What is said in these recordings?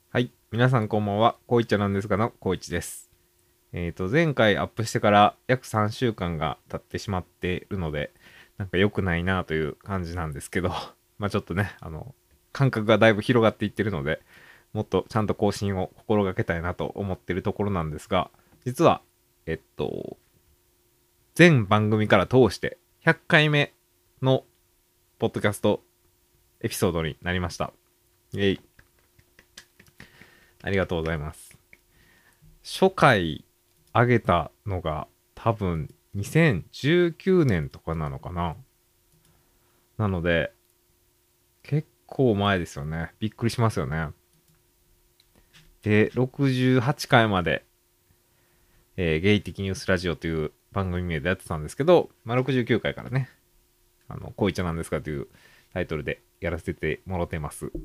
はい。皆さんこんばんは。こういっちゃなんですがのこういちです。前回アップしてから約3週間が経ってしまっているので、なんか良くないなという感じなんですけど、まあちょっとね、感覚がだいぶ広がっていってるので、もっとちゃんと更新を心がけたいなと思ってるところなんですが、実は、えっと、全番組から通して100回目のポッドキャストエピソードになりました。イェイ。ありがとうございます。初回上げたのが多分2019年とかなのかな。なので結構前ですよね。びっくりしますよね。で、68回まで、ゲイ的ニュースラジオという番組名でやってたんですけど、まあ、69回からね、こういっちゃなんですかというタイトルでやらせてもろてます。はい。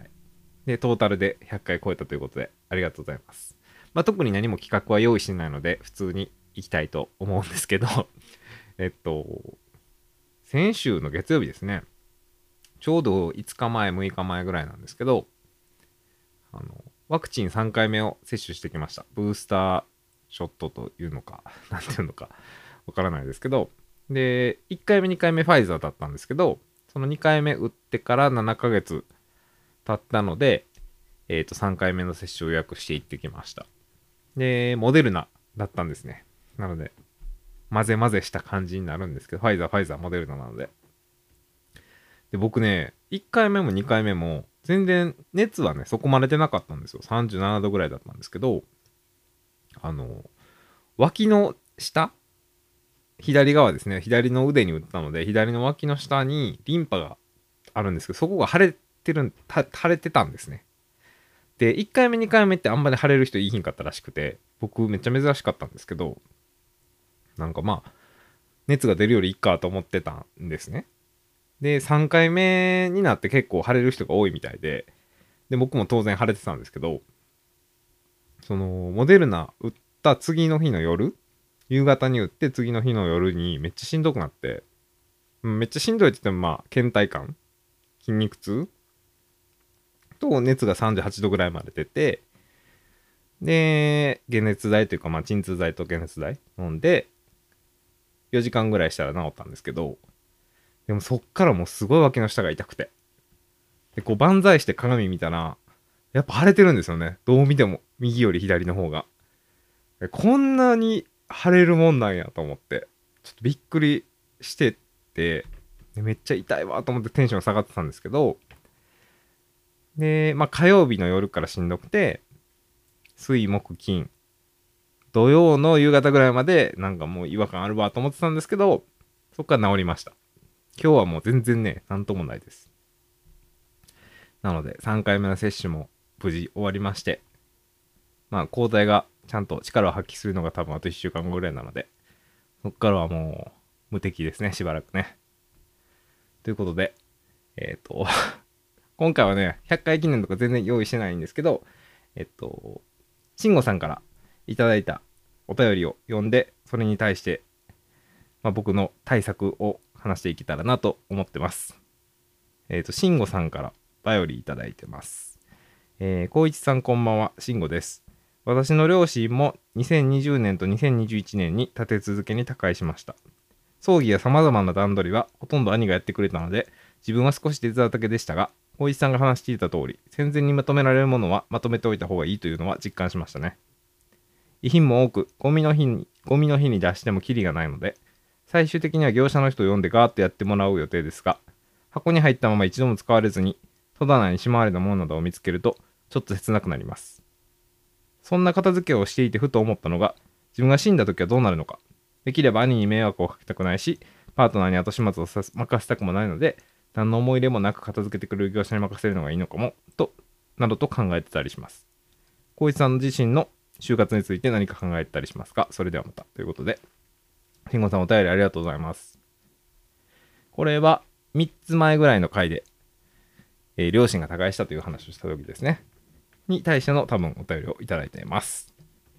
で、トータルで100回超えたということで、ありがとうございます。まあ、特に何も企画は用意してないので、普通に行きたいと思うんですけど、えっと、先週の月曜日ですね。ちょうど5日前、6日前ぐらいなんですけど、ワクチン3回目を接種してきました。ブースターショットというのか、なんていうのか、わからないですけど、で、1回目、2回目ファイザーだったんですけど、その2回目打ってから7ヶ月経ったので、3回目の接種を予約して行ってきました。で、モデルナだったんですね。なので、混ぜ混ぜした感じになるんですけど、ファイザー、モデルナなので。で、僕ね、1回目も2回目も、全然熱はね、そこまで出なかったんですよ。37度ぐらいだったんですけど、あの、脇の下、左側ですね、左の腕に打ったので、左の脇の下にリンパがあるんですけど、そこが腫れてたんですね。で、1回目、2回目ってあんまり腫れる人いいひんかったらしくて、僕めっちゃ珍しかったんですけど、なんかまあ、熱が出るよりいいかと思ってたんですね。で、3回目になって結構腫れる人が多いみたいで、僕も当然腫れてたんですけど、その、モデルナ打った次の日の夜、夕方に打って次の日の夜にめっちゃしんどくなって、めっちゃしんどいって言ってもまあ、倦怠感、筋肉痛と熱が38度ぐらいまで出て、で、解熱剤というか、まあ、鎮痛剤と解熱剤飲んで、4時間ぐらいしたら治ったんですけど、でもそっからもうすごい脇の下が痛くて。で、こう万歳して鏡見たら、やっぱ腫れてるんですよね。どう見ても、右より左の方が。こんなに腫れるもんなんやと思って、ちょっとびっくりしてて、でめっちゃ痛いわと思ってテンション下がってたんですけど、で、まあ火曜日の夜からしんどくて、水木金、土曜の夕方ぐらいまでなんかもう違和感あるわと思ってたんですけど、そっから治りました。今日はもう全然ね、なんともないです。なので3回目の接種も無事終わりまして、まあ抗体がちゃんと力を発揮するのが多分あと1週間後ぐらいなので、そっからはもう無敵ですね、しばらくね。ということで、えっ、と、今回はね、100回記念とか全然用意してないんですけど、慎吾さんからいただいたお便りを読んで、それに対して、まあ、僕の対策を話していけたらなと思ってます。慎吾さんからお便りいただいてます。光一さんこんばんは、慎吾です。私の両親も2020年と2021年に立て続けに他界しました。葬儀や様々な段取りはほとんど兄がやってくれたので、自分は少し手伝うだけでしたが、光一さんが話していた通り、戦前にまとめられるものはまとめておいた方がいいというのは実感しましたね。遺品も多く、ゴミの日に出してもキリがないので、最終的には業者の人を呼んでガーッとやってもらう予定ですが、箱に入ったまま一度も使われずに、戸棚にしまわれたものなどを見つけると、ちょっと切なくなります。そんな片付けをしていてふと思ったのが、自分が死んだ時はどうなるのか。できれば兄に迷惑をかけたくないし、パートナーに後始末を任せたくもないので、何の思い入れもなく片付けてくれる業者に任せるのがいいのかも、などと考えてたりします。光一さん自身の就活について何か考えたりしますか？それではまた。ということで、慎吾さんお便りありがとうございます。これは3つ前ぐらいの回で、両親が他界したという話をした時ですね。に対しての多分お便りをいただいています。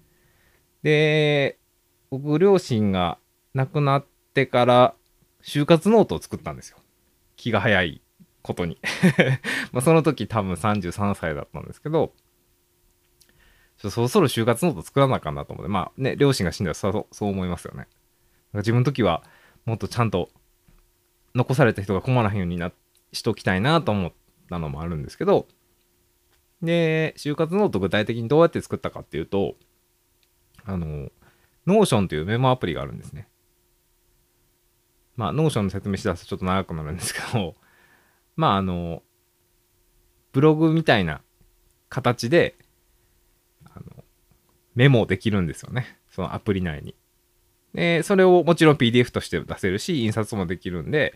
で、僕、両親が亡くなってから就活ノートを作ったんですよ。気が早いことに。まあその時多分33歳だったんですけど、 そろそろ就活ノート作らなあかんなと思って、まあね、両親が死んだらそう思いますよね。自分の時はもっとちゃんと残された人が困らへんようにしときたいなと思ったのもあるんですけど、で、就活ノート具体的にどうやって作ったかっていうと、ノーションというメモアプリがあるんですね。まあ、ノーションの説明しだすとちょっと長くなるんですけど、まあ、ブログみたいな形で、メモできるんですよね。そのアプリ内に。で、それをもちろん PDF として出せるし、印刷もできるんで、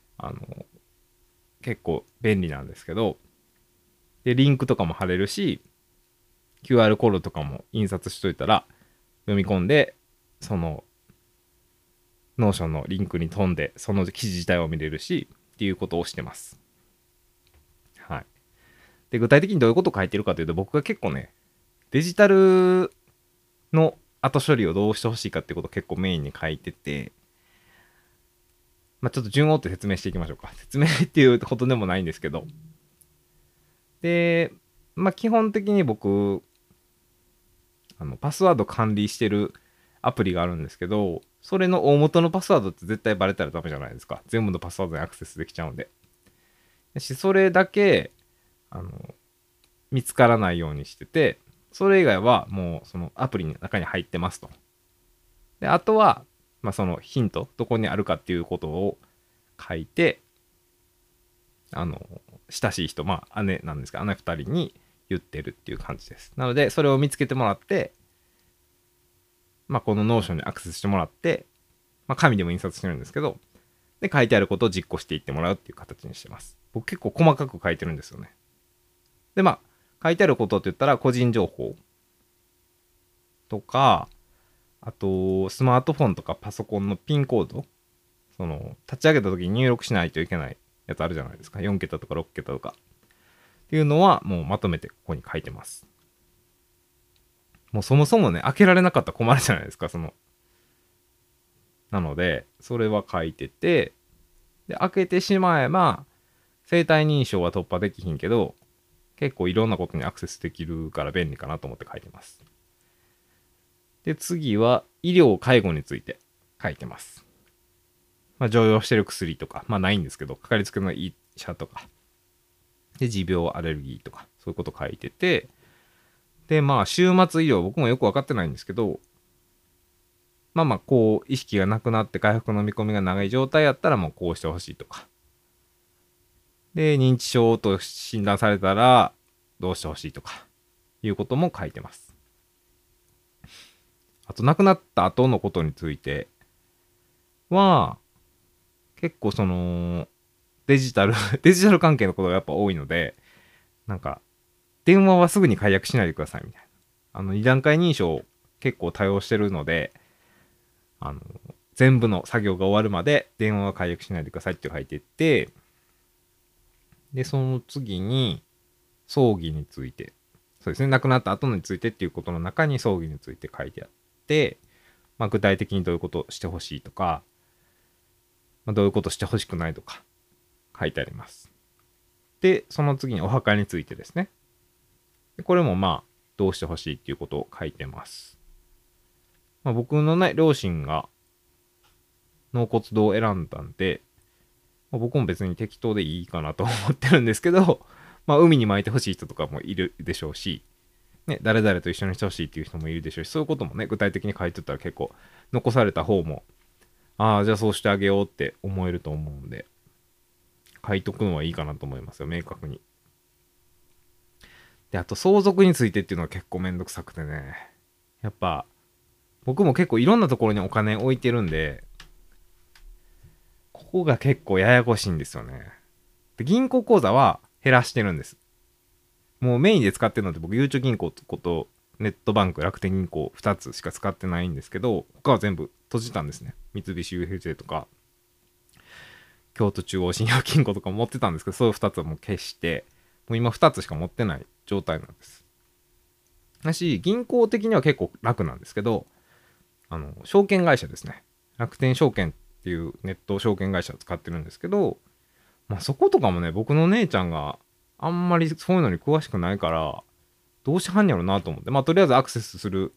結構便利なんですけど、で、リンクとかも貼れるし、QR コードとかも印刷しといたら、読み込んで、その、ノーションのリンクに飛んで、その記事自体を見れるし、っていうことをしてます。はい。で、具体的にどういうことを書いてるかというと、僕が結構ね、デジタルの後処理をどうしてほしいかっていうことを結構メインに書いてて、まあ、ちょっと順を追って説明していきましょうか。説明っていうことでもないんですけど。で、まあ、基本的に僕、パスワード管理してるアプリがあるんですけど、それの大元のパスワードって絶対バレたらダメじゃないですか。全部のパスワードにアクセスできちゃうんで。それだけ、見つからないようにしてて、それ以外はもうそのアプリの中に入ってますと。で、あとは、まあ、そのヒント、どこにあるかっていうことを書いて、親しい人、まあ、姉なんですが、姉二人に言ってるっていう感じです。なので、それを見つけてもらって、まあ、このノーションにアクセスしてもらって、まあ、紙でも印刷してるんですけど、で、書いてあることを実行していってもらうっていう形にしてます。僕結構細かく書いてるんですよね。で、まあ、書いてあることって言ったら、個人情報とか、あと、スマートフォンとかパソコンのピンコード、立ち上げた時に入力しないといけないやつあるじゃないですか。4桁とか6桁とか。っていうのは、もうまとめてここに書いてます。もうそもそもね、開けられなかったら困るじゃないですか、なので、それは書いてて、で、開けてしまえば、生体認証は突破できひんけど、結構いろんなことにアクセスできるから便利かなと思って書いてます。で、次は医療介護について書いてます。まあ、常用してる薬とか、まあないんですけど、かかりつけの医者とか、で、持病アレルギーとか、そういうこと書いてて、で、まあ、終末医療、僕もよくわかってないんですけど、まあまあ、こう、意識がなくなって回復の見込みが長い状態やったら、もうこうしてほしいとか。で、認知症と診断されたら、どうしてほしいとか、いうことも書いてます。あと、亡くなった後のことについては、結構デジタルデジタル関係のことがやっぱ多いので、なんか、電話はすぐに解約しないでくださいみたいな。二段階認証結構多用してるので、全部の作業が終わるまで電話は解約しないでくださいって書いてて、で、その次に、葬儀について、そうですね、亡くなった後についてっていうことの中に葬儀について書いてあって、まあ、具体的にどういうことをしてほしいとか、まあ、どういうことしてほしくないとか書いてあります。で、その次にお墓についてですね。これもまあ、どうしてほしいっていうことを書いてます。まあ、僕のね、両親が納骨堂を選んだんで、まあ、僕も別に適当でいいかなと思ってるんですけど、まあ、海に巻いてほしい人とかもいるでしょうし、ね、誰々と一緒にしてほしいっていう人もいるでしょうし、そういうこともね、具体的に書いてたら結構、残された方も、ああ、じゃあそうしてあげようって思えると思うんで、書いとくのはいいかなと思いますよ、明確に。で、あと相続についてっていうのは結構めんどくさくてね。やっぱ、僕も結構いろんなところにお金置いてるんで、ここが結構ややこしいんですよね。で、銀行口座は減らしてるんです。もうメインで使ってるのって僕、ゆうちょ銀行とネットバンク、楽天銀行2つしか使ってないんですけど、他は全部閉じたんですね。三菱 UFJ とか、京都中央信用金庫とかも持ってたんですけど、そういう2つはもう消して、もう今2つしか持ってない状態なんです。だし、銀行的には結構楽なんですけど、証券会社ですね。楽天証券っていうネット証券会社を使ってるんですけど、まあそことかもね、僕の姉ちゃんがあんまりそういうのに詳しくないから、 どうしはんやろなと思って、まあとりあえずアクセスする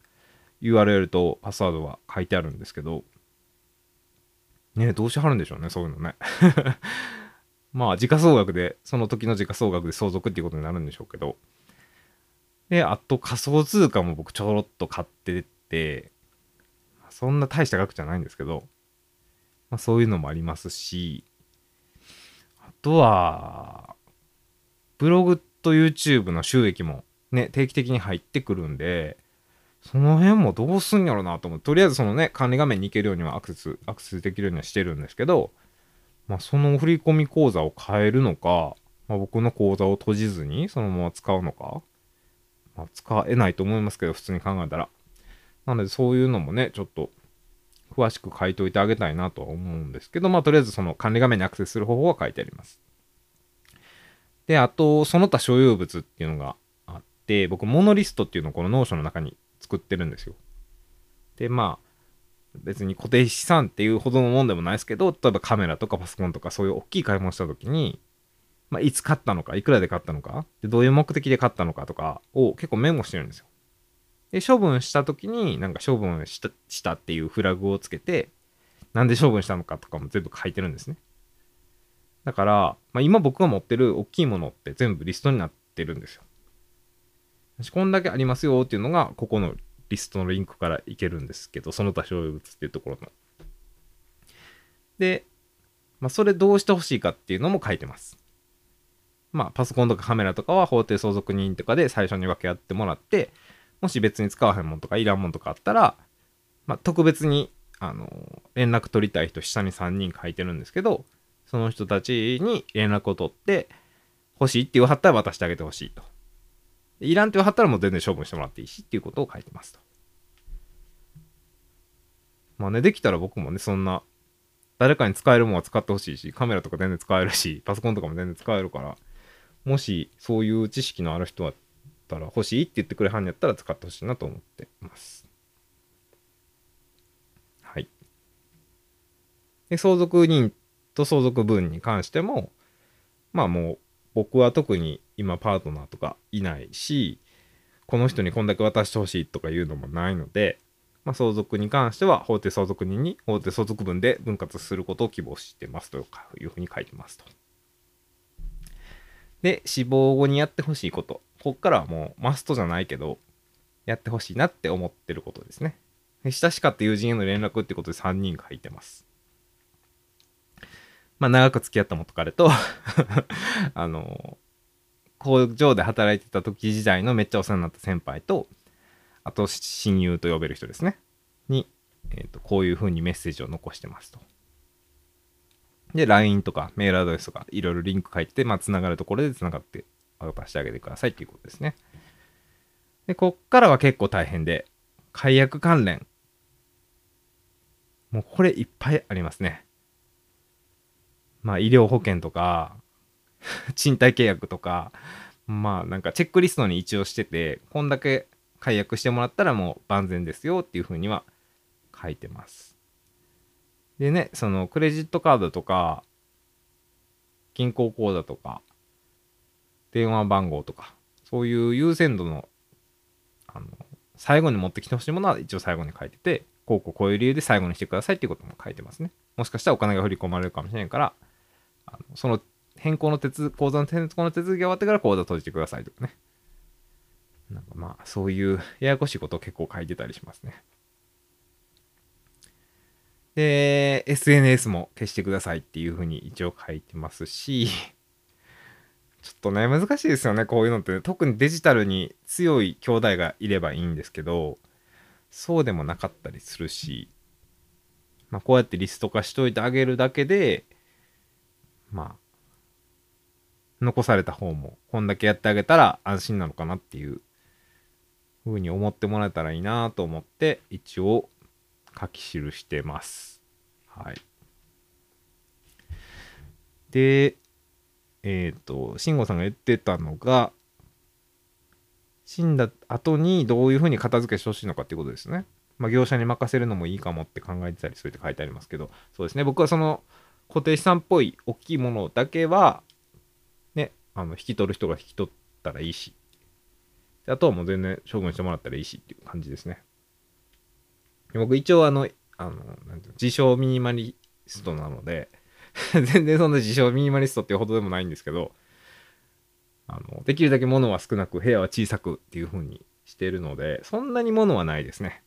URL とパスワードは書いてあるんですけど、ね、どうしはるんでしょうね、そういうのね。まあ時価総額で、その時の時価総額で相続っていうことになるんでしょうけど。で、あと仮想通貨も僕ちょろっと買ってて、そんな大した額じゃないんですけど、まあそういうのもありますし、あとは、ブログと YouTube の収益もね、定期的に入ってくるんで、その辺もどうすんやろなと思って、とりあえずそのね、管理画面に行けるようにはアクセスできるようにはしてるんですけど、まあその振込口座を変えるのか、まあ、僕の口座を閉じずにそのまま使うのか、まあ、使えないと思いますけど、普通に考えたら。なのでそういうのもね、ちょっと詳しく書いといてあげたいなとは思うんですけど、まあとりあえずその管理画面にアクセスする方法は書いてあります。で、あと、その他所有物っていうのがあって、僕、モノリストっていうのをこのノーションの中に作ってるんですよ。で、まあ、別に固定資産っていうほどのもんでもないですけど、例えばカメラとかパソコンとかそういう大きい買い物した時に、まあ、いつ買ったのか、いくらで買ったのか、でどういう目的で買ったのかとかを結構メモしてるんですよ。で、処分した時に、なんか処分したっていうフラグをつけて、なんで処分したのかとかも全部書いてるんですね。だから、まあ、今僕が持ってる大きいものって全部リストになってるんですよ。こんだけありますよっていうのが、ここのリストのリンクからいけるんですけど、その他所有物っていうところの。で、まあ、それどうしてほしいかっていうのも書いてます。まあ、パソコンとかカメラとかは法定相続人とかで最初に分け合ってもらって、もし別に使わへんもんとかいらんもんとかあったら、まあ、特別に、連絡取りたい人下に3人書いてるんですけど、その人たちに連絡を取って、欲しいって言わはったら渡してあげてほしいと。いらんって言わはったらもう全然処分してもらっていいしっていうことを書いてますと。まあね、できたら僕もね、そんな、誰かに使えるもんは使ってほしいし、カメラとか全然使えるし、パソコンとかも全然使えるから、もしそういう知識のある人だったら欲しいって言ってくれはんやったら使ってほしいなと思ってます。はい。で、相続人と相続分に関しても、まあもう僕は特に今パートナーとかいないし、この人にこんだけ渡してほしいとかいうのもないので、まあ、相続に関しては法定相続人に法定相続分で分割することを希望してますというふうに書いてますと。で、死亡後にやってほしいこと。こっからはもうマストじゃないけど、やってほしいなって思ってることですね。親しかった友人への連絡ってことで3人書いてます。まあ長く付き合った元彼と工場で働いてた時時代のめっちゃお世話になった先輩と、あと親友と呼べる人ですね。に、こういう風にメッセージを残してますと。で、LINE とかメールアドレスとかいろいろリンク書いて、まあ、つながるところでつながって渡してあげてくださいっていうことですね。で、こっからは結構大変で、解約関連。もうこれいっぱいありますね。まあ、医療保険とか、賃貸契約とか、まあ、なんかチェックリストに一応してて、こんだけ解約してもらったらもう万全ですよっていう風には書いてます。でね、そのクレジットカードとか、銀行口座とか、電話番号とか、そういう優先度の、あの、最後に持ってきてほしいものは一応最後に書いてて、こういう理由で最後にしてくださいっていうことも書いてますね。もしかしたらお金が振り込まれるかもしれないから、その変更の口座の変更の手続きが終わってから口座閉じてくださいとかね。なんかまあ、そういうややこしいことを結構書いてたりしますね。で、SNS も消してくださいっていうふうに一応書いてますし、ちょっとね、難しいですよね、こういうのって。特にデジタルに強い兄弟がいればいいんですけど、そうでもなかったりするし、まあ、こうやってリスト化しといてあげるだけで、まあ、残された方も、こんだけやってあげたら安心なのかなっていう風に思ってもらえたらいいなと思って、一応書き記してます。はい。で、慎吾さんが言ってたのが、死んだ後にどういうふうに片付けしてほしいのかっていうことですね。まあ、業者に任せるのもいいかもって考えてたりするって書いてありますけど、そうですね。僕はその固定資産っぽい大きいものだけは、ね、引き取る人が引き取ったらいいし、 あとはもう全然処分してもらったらいいしっていう感じですね。僕一応なんていうの自称ミニマリストなので全然そんな自称ミニマリストっていうほどでもないんですけど、できるだけ物は少なく部屋は小さくっていう風にしてるので、そんなに物はないですね。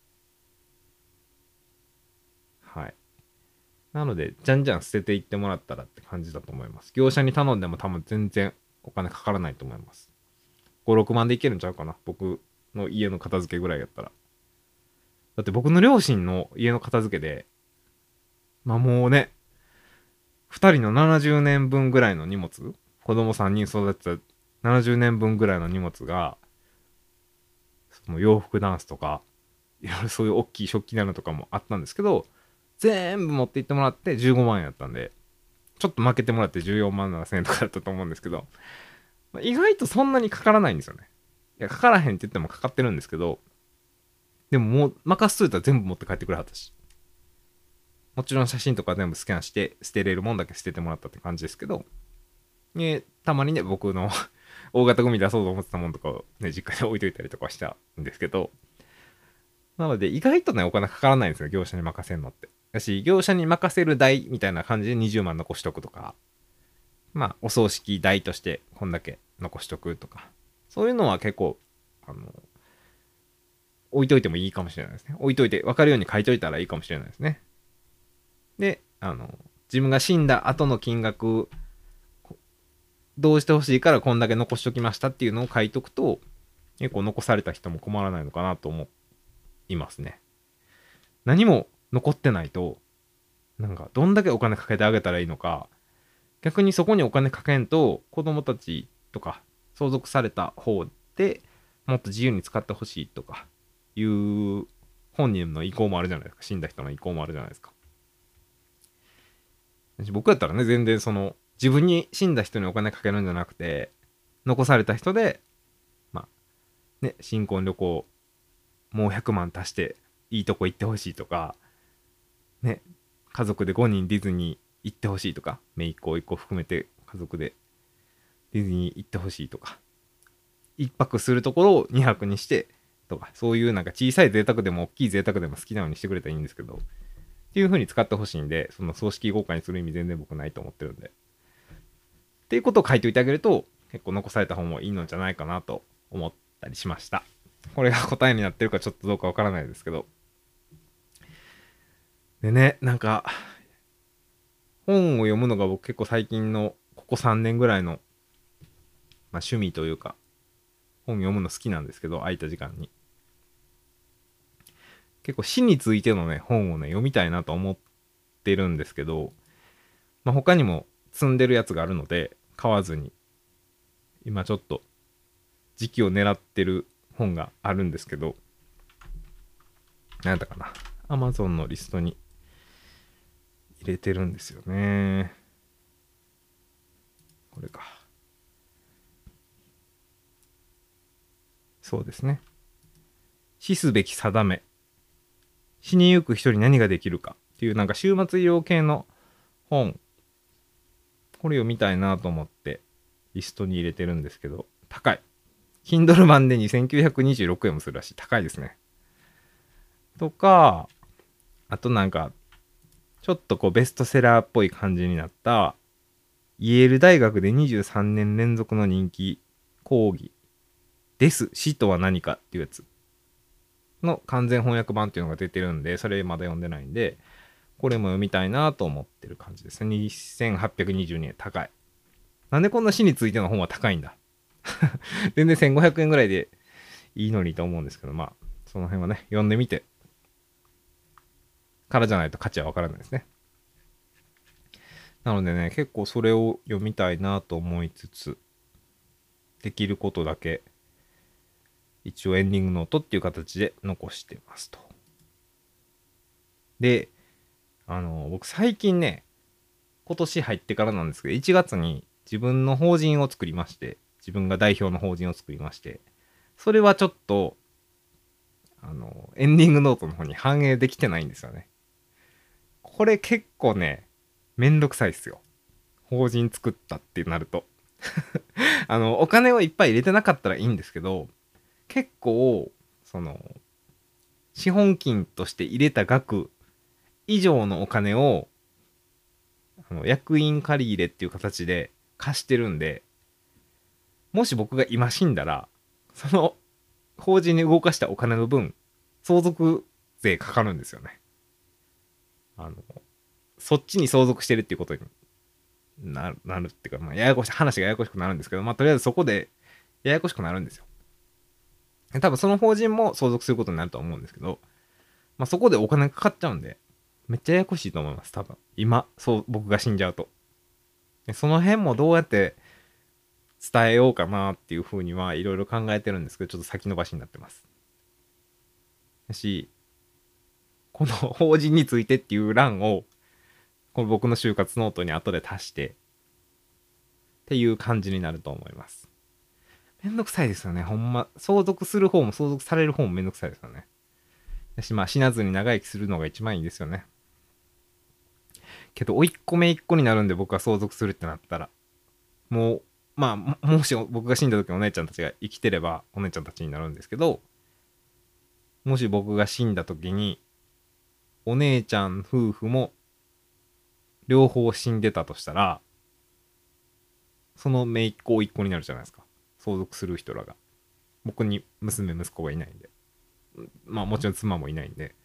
はい。なので、じゃんじゃん捨てていってもらったらって感じだと思います。業者に頼んでも多分全然お金かからないと思います。5、6万でいけるんちゃうかな。僕の家の片付けぐらいやったら。だって僕の両親の家の片付けで、まあもうね、2人の70年分ぐらいの荷物、子供3人育てた70年分ぐらいの荷物が、その洋服ダンスとか、いろいろそういう大きい食器棚とかもあったんですけど、全部持って行ってもらって15万円やったんで、ちょっと負けてもらって14万7千円とかだったと思うんですけど、意外とそんなにかからないんですよね。いや、かからへんって言ってもかかってるんですけど、でももう任せといたら全部持って帰ってくれはったし、もちろん写真とか全部スキャンして捨てれるもんだけ捨ててもらったって感じですけど、たまにね、僕の大型ゴミ出そうと思ってたもんとかをね、実家に置いといたりとかしたんですけど、なので意外とね、お金かからないんですよ、業者に任せるのって。だし、業者に任せる代みたいな感じで20万残しとくとか、まあ、お葬式代としてこんだけ残しとくとか、そういうのは結構、置いといてもいいかもしれないですね。置いといて、分かるように書いといたらいいかもしれないですね。で、自分が死んだ後の金額、どうしてほしいからこんだけ残しときましたっていうのを書いとくと、結構残された人も困らないのかなと思いますね。何も残ってないと、なんかどんだけお金かけてあげたらいいのか、逆にそこにお金かけんと子供たちとか相続された方でもっと自由に使ってほしいとかいう本人の意向もあるじゃないですか。死んだ人の意向もあるじゃないですか。僕やったらね、全然その自分に死んだ人にお金かけるんじゃなくて、残された人でまあね、新婚旅行もう100万足していいとこ行ってほしいとかね、家族で5人ディズニー行ってほしいとか、姪っ子1個含めて家族でディズニー行ってほしいとか、1泊するところを2泊にしてとか、そういうなんか小さい贅沢でも大きい贅沢でも好きなようにしてくれたらいいんですけど、っていう風に使ってほしいんで、その葬式豪華にする意味全然僕ないと思ってるんで。っていうことを書いておいてあげると、結構残された本もいいのじゃないかなと思ったりしました。これが答えになってるかちょっとどうかわからないですけど。でね、なんか、本を読むのが僕結構最近の、ここ3年ぐらいの、まあ、趣味というか、本読むの好きなんですけど、空いた時間に。結構死についてのね、本をね、読みたいなと思ってるんですけど、まあ、他にも積んでるやつがあるので、買わずに、今ちょっと時期を狙ってる本があるんですけど、なんだかな。Amazon のリストに入れてるんですよね。これか。そうですね。死すべき定め。死にゆく人に何ができるかっていうなんか終末医療系の本。これを見たいなと思ってリストに入れてるんですけど、高い。Kindle 版で2926円もするらしい。高いですね。とか、あとなんか、ちょっとこうベストセラーっぽい感じになった、イェール大学で23年連続の人気講義です。死とは何かっていうやつの完全翻訳版っていうのが出てるんで、それまだ読んでないんで、これも読みたいなと思ってる感じですね。2822円。高い。なんでこんな死についての本は高いんだ全然1500円ぐらいでいいのにと思うんですけど、まあ、その辺はね、読んでみてからじゃないと価値はわからないですね。なのでね、結構それを読みたいなと思いつつ、できることだけ、一応エンディングノートっていう形で残してますと。で、僕最近ね、今年入ってからなんですけど、1月に自分の法人を作りまして、自分が代表の法人を作りまして、それはちょっと、エンディングノートの方に反映できてないんですよね。これ結構ね、めんどくさいっすよ。法人作ったってなると。お金をいっぱい入れてなかったらいいんですけど、 結構その資本金として入れた額以上のお金を役員借り入れっていう形で貸してるんで、もし僕が今死んだらその法人に動かしたお金の分相続税かかるんですよね。そっちに相続してるっていうことになるっていうか、まあ、話がややこしくなるんですけど、まあ、とりあえずそこでややこしくなるんですよ。多分その法人も相続することになると思うんですけど、まあ、そこでお金かかっちゃうんで、めっちゃややこしいと思います、多分。今、僕が死んじゃうと。でその辺もどうやって伝えようかなっていうふうにはいろいろ考えてるんですけど、ちょっと先延ばしになってます。し、この法人についてっていう欄を、この僕の就活ノートに後で足して、っていう感じになると思います。めんどくさいですよね、ほんま。相続する方も相続される方もめんどくさいですよね。まあ死なずに長生きするのが一番いいですよね。けど、甥っ子姪っ子になるんで僕は相続するってなったら、もう、まあ、もし僕が死んだ時お姉ちゃんたちが生きてればお姉ちゃんたちになるんですけど、もし僕が死んだ時に、お姉ちゃん夫婦も両方死んでたとしたら、その姪っ子甥っ子になるじゃないですか。相続する人らが。僕に娘息子がいないんで。まあもちろん妻もいないんで。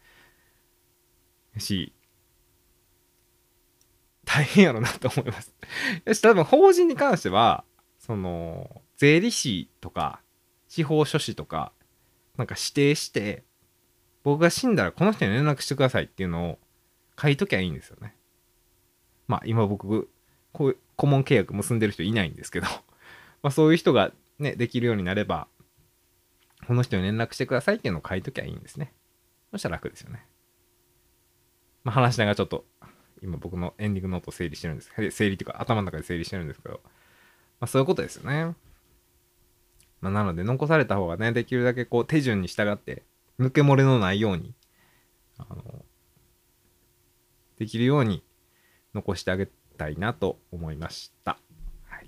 大変やろなと思います。よし、多分法人に関しては、税理士とか、司法書士とか、なんか指定して、僕が死んだらこの人に連絡してくださいっていうのを書いときゃいいんですよね。まあ今僕、こういう顧問契約結んでる人いないんですけど、まあそういう人がね、できるようになれば、この人に連絡してくださいっていうのを書いときゃいいんですね。そしたら楽ですよね。まあ話しながらちょっと、今僕のエンディングノートを整理してるんです。整理っていうか頭の中で整理してるんですけど、まあそういうことですよね。まあなので残された方がね、できるだけこう手順に従って、抜け漏れのないように、あの、できるように残してあげたいなと思いました。はい。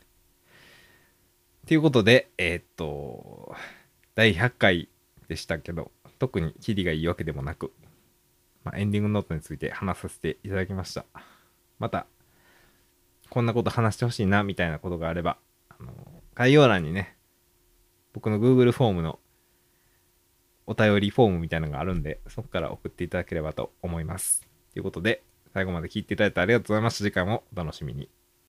ということで、第100回でしたけど、特にキリがいいわけでもなく、まあ、エンディングノートについて話させていただきました。また、こんなこと話してほしいな、みたいなことがあれば、概要欄にね、僕の Google フォームのお便りフォームみたいなのがあるんで、そこから送っていただければと思います。ということで、最後まで聞いていただいてありがとうございました。次回もお楽しみに。